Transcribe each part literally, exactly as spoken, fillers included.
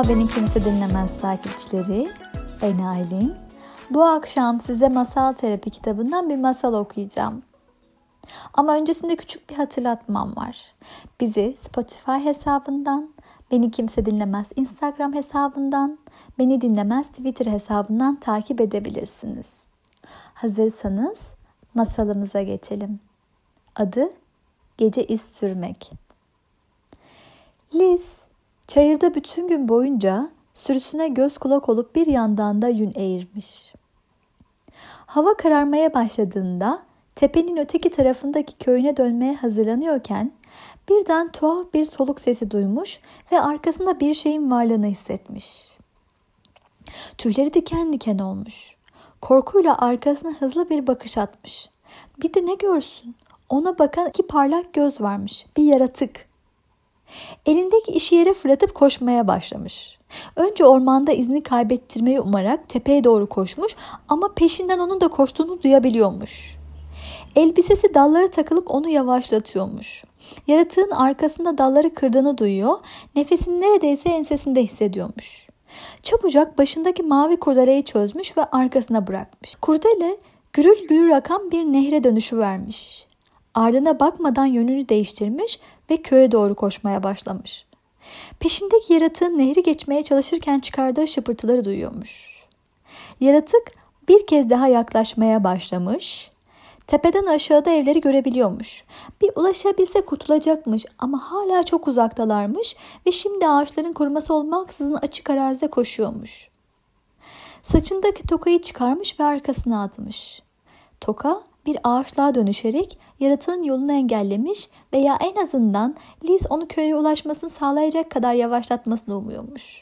Beni Kimse Dinlemez takipçileri, ben Aylin. Bu akşam size Masal Terapi kitabından bir masal okuyacağım. Ama öncesinde küçük bir hatırlatmam var. Bizi Spotify hesabından, Beni Kimse Dinlemez Instagram hesabından, Beni Dinlemez Twitter hesabından takip edebilirsiniz. Hazırsanız masalımıza geçelim. Adı Gece İz Sürmek. Liz, çayırda bütün gün boyunca sürüsüne göz kulak olup bir yandan da yün eğirmiş. Hava kararmaya başladığında tepenin öteki tarafındaki köyüne dönmeye hazırlanıyorken birden tuhaf bir soluk sesi duymuş ve arkasında bir şeyin varlığını hissetmiş. Tüyleri diken diken olmuş. Korkuyla arkasına hızlı bir bakış atmış. Bir de ne görsün? Ona bakan iki parlak göz varmış. Bir yaratık. Elindeki işi yere fırlatıp koşmaya başlamış. Önce ormanda izini kaybettirmeyi umarak tepeye doğru koşmuş ama peşinden onun da koştuğunu duyabiliyormuş. Elbisesi dallara takılıp onu yavaşlatıyormuş. Yaratığın arkasında dalları kırdığını duyuyor, nefesini neredeyse ensesinde hissediyormuş. Çabucak başındaki mavi kurdeleyi çözmüş ve arkasına bırakmış. Kurdele gürül gürül akan bir nehre dönüşüvermiş. Ardına bakmadan yönünü değiştirmiş ve köye doğru koşmaya başlamış. Peşindeki yaratığın nehri geçmeye çalışırken çıkardığı şıpırtıları duyuyormuş. Yaratık bir kez daha yaklaşmaya başlamış. Tepeden aşağıda evleri görebiliyormuş. Bir ulaşabilse kurtulacakmış ama hala çok uzaktalarmış ve şimdi ağaçların koruması olmaksızın açık arazide koşuyormuş. Saçındaki tokayı çıkarmış ve arkasına atmış. Toka bir ağaçlığa dönüşerek yaratığın yolunu engellemiş veya en azından Liz onu köye ulaşmasını sağlayacak kadar yavaşlatmasını umuyormuş.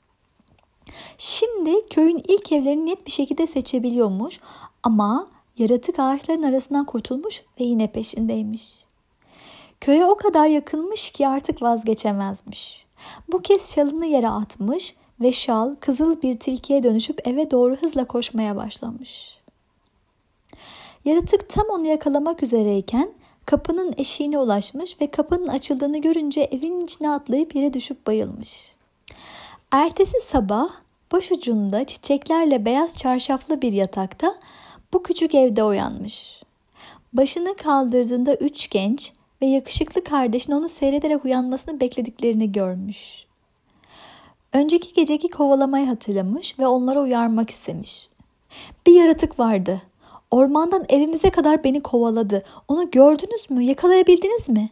Şimdi köyün ilk evlerini net bir şekilde seçebiliyormuş ama yaratık ağaçların arasından kurtulmuş ve yine peşindeymiş. Köye o kadar yakınmış ki artık vazgeçemezmiş. Bu kez şalını yere atmış ve şal kızıl bir tilkiye dönüşüp eve doğru hızla koşmaya başlamış. Yaratık tam onu yakalamak üzereyken kapının eşiğine ulaşmış ve kapının açıldığını görünce evin içine atlayıp yere düşüp bayılmış. Ertesi sabah başucunda çiçeklerle beyaz çarşaflı bir yatakta bu küçük evde uyanmış. Başını kaldırdığında üç genç ve yakışıklı kardeşin onu seyrederek uyanmasını beklediklerini görmüş. Önceki geceki kovalamayı hatırlamış ve onlara uyarmak istemiş. Bir yaratık vardı. Ormandan evimize kadar beni kovaladı. Onu gördünüz mü? Yakalayabildiniz mi?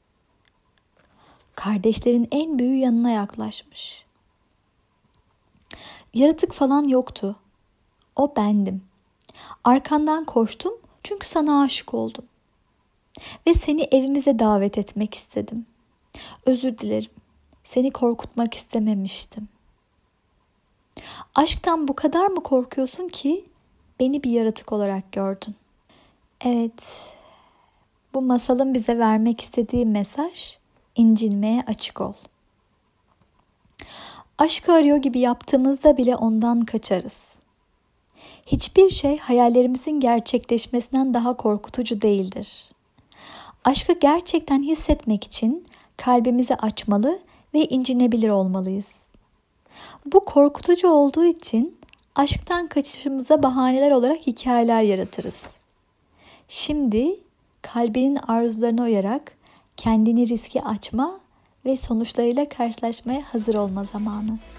Kardeşlerin en büyüğü yanına yaklaşmış. Yaratık falan yoktu. O bendim. Arkandan koştum çünkü sana aşık oldum. Ve seni evimize davet etmek istedim. Özür dilerim. Seni korkutmak istememiştim. Aşktan bu kadar mı korkuyorsun ki beni bir yaratık olarak gördün? Evet, bu masalın bize vermek istediği mesaj, incinmeye açık ol. Aşkı arıyor gibi yaptığımızda bile ondan kaçarız. Hiçbir şey hayallerimizin gerçekleşmesinden daha korkutucu değildir. Aşkı gerçekten hissetmek için kalbimizi açmalı ve incinebilir olmalıyız. Bu korkutucu olduğu için aşktan kaçışımıza bahaneler olarak hikayeler yaratırız. Şimdi kalbinin arzularına uyarak kendini riske açma ve sonuçlarıyla karşılaşmaya hazır olma zamanı.